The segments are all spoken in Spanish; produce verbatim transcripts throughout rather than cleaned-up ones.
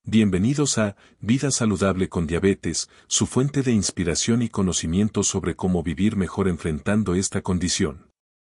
Bienvenidos a Vida Saludable con Diabetes, su fuente de inspiración y conocimiento sobre cómo vivir mejor enfrentando esta condición.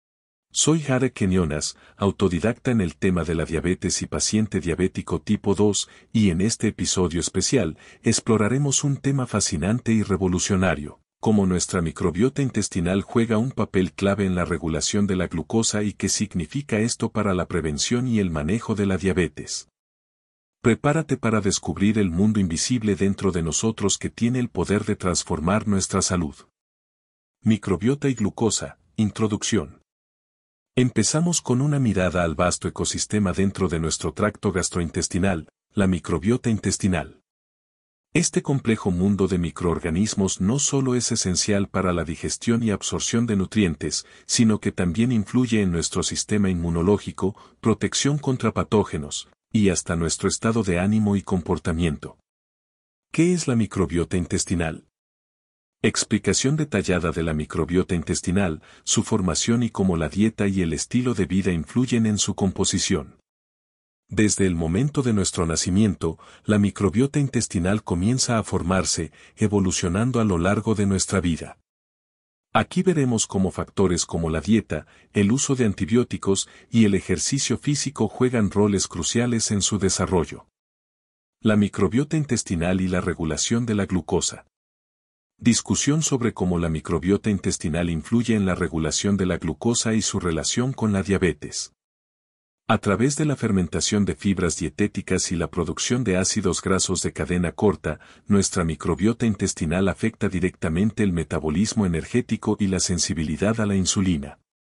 Soy Jare Quinones, autodidacta en el tema de la diabetes y paciente diabético tipo dos, y en este episodio especial exploraremos un tema fascinante y revolucionario, cómo nuestra microbiota intestinal juega un papel clave en la regulación de la glucosa y qué significa esto para la prevención y el manejo de la diabetes. Prepárate para descubrir el mundo invisible dentro de nosotros que tiene el poder de transformar nuestra salud. Microbiota y glucosa, introducción. Empezamos con una mirada al vasto ecosistema dentro de nuestro tracto gastrointestinal, la microbiota intestinal. Este complejo mundo de microorganismos no solo es esencial para la digestión y absorción de nutrientes, sino que también influye en nuestro sistema inmunológico, protección contra patógenos, y hasta nuestro estado de ánimo y comportamiento. ¿Qué es la microbiota intestinal? Explicación detallada de la microbiota intestinal, su formación y cómo la dieta y el estilo de vida influyen en su composición. Desde el momento de nuestro nacimiento, la microbiota intestinal comienza a formarse, evolucionando a lo largo de nuestra vida. Aquí veremos cómo factores como la dieta, el uso de antibióticos y el ejercicio físico juegan roles cruciales en su desarrollo. La microbiota intestinal y la regulación de la glucosa. Discusión sobre cómo la microbiota intestinal influye en la regulación de la glucosa y su relación con la diabetes. A través de la fermentación de fibras dietéticas y la producción de ácidos grasos de cadena corta, nuestra microbiota intestinal afecta directamente el metabolismo energético y la sensibilidad a la insulina.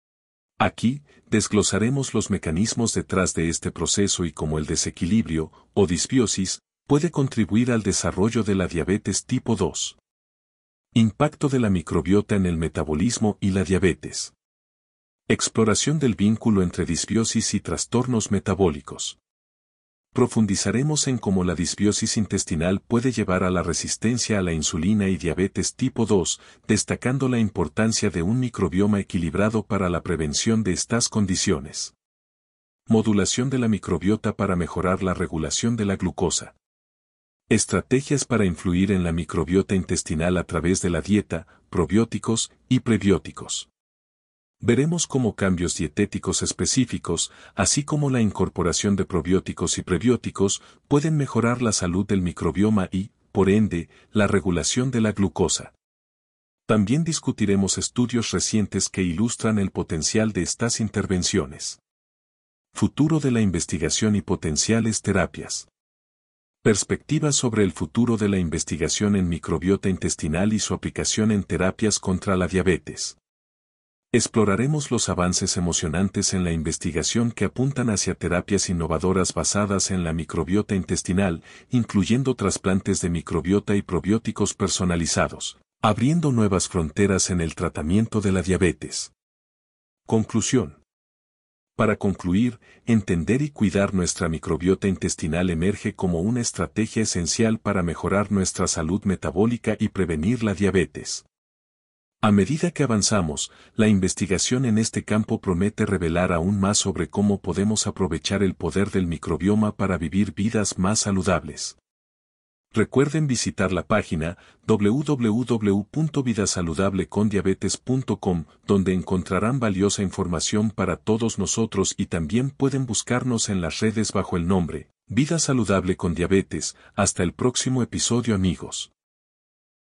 Aquí, desglosaremos los mecanismos detrás de este proceso y cómo el desequilibrio, o disbiosis, puede contribuir al desarrollo de la diabetes tipo dos. Impacto de la microbiota en el metabolismo y la diabetes. Exploración del vínculo entre disbiosis y trastornos metabólicos. Profundizaremos en cómo la disbiosis intestinal puede llevar a la resistencia a la insulina y diabetes tipo dos, destacando la importancia de un microbioma equilibrado para la prevención de estas condiciones. Modulación de la microbiota para mejorar la regulación de la glucosa. Estrategias para influir en la microbiota intestinal a través de la dieta, probióticos y prebióticos. Veremos cómo cambios dietéticos específicos, así como la incorporación de probióticos y prebióticos, pueden mejorar la salud del microbioma y, por ende, la regulación de la glucosa. También discutiremos estudios recientes que ilustran el potencial de estas intervenciones. Futuro de la investigación y potenciales terapias. Perspectivas sobre el futuro de la investigación en microbiota intestinal y su aplicación en terapias contra la diabetes. Exploraremos los avances emocionantes en la investigación que apuntan hacia terapias innovadoras basadas en la microbiota intestinal, incluyendo trasplantes de microbiota y probióticos personalizados, abriendo nuevas fronteras en el tratamiento de la diabetes. Conclusión. Para concluir, entender y cuidar nuestra microbiota intestinal emerge como una estrategia esencial para mejorar nuestra salud metabólica y prevenir la diabetes. A medida que avanzamos, la investigación en este campo promete revelar aún más sobre cómo podemos aprovechar el poder del microbioma para vivir vidas más saludables. Recuerden visitar la página doble u doble u doble u punto vida saludable con diabetes punto com, donde encontrarán valiosa información para todos nosotros y también pueden buscarnos en las redes bajo el nombre Vida Saludable con Diabetes. Hasta el próximo episodio, amigos.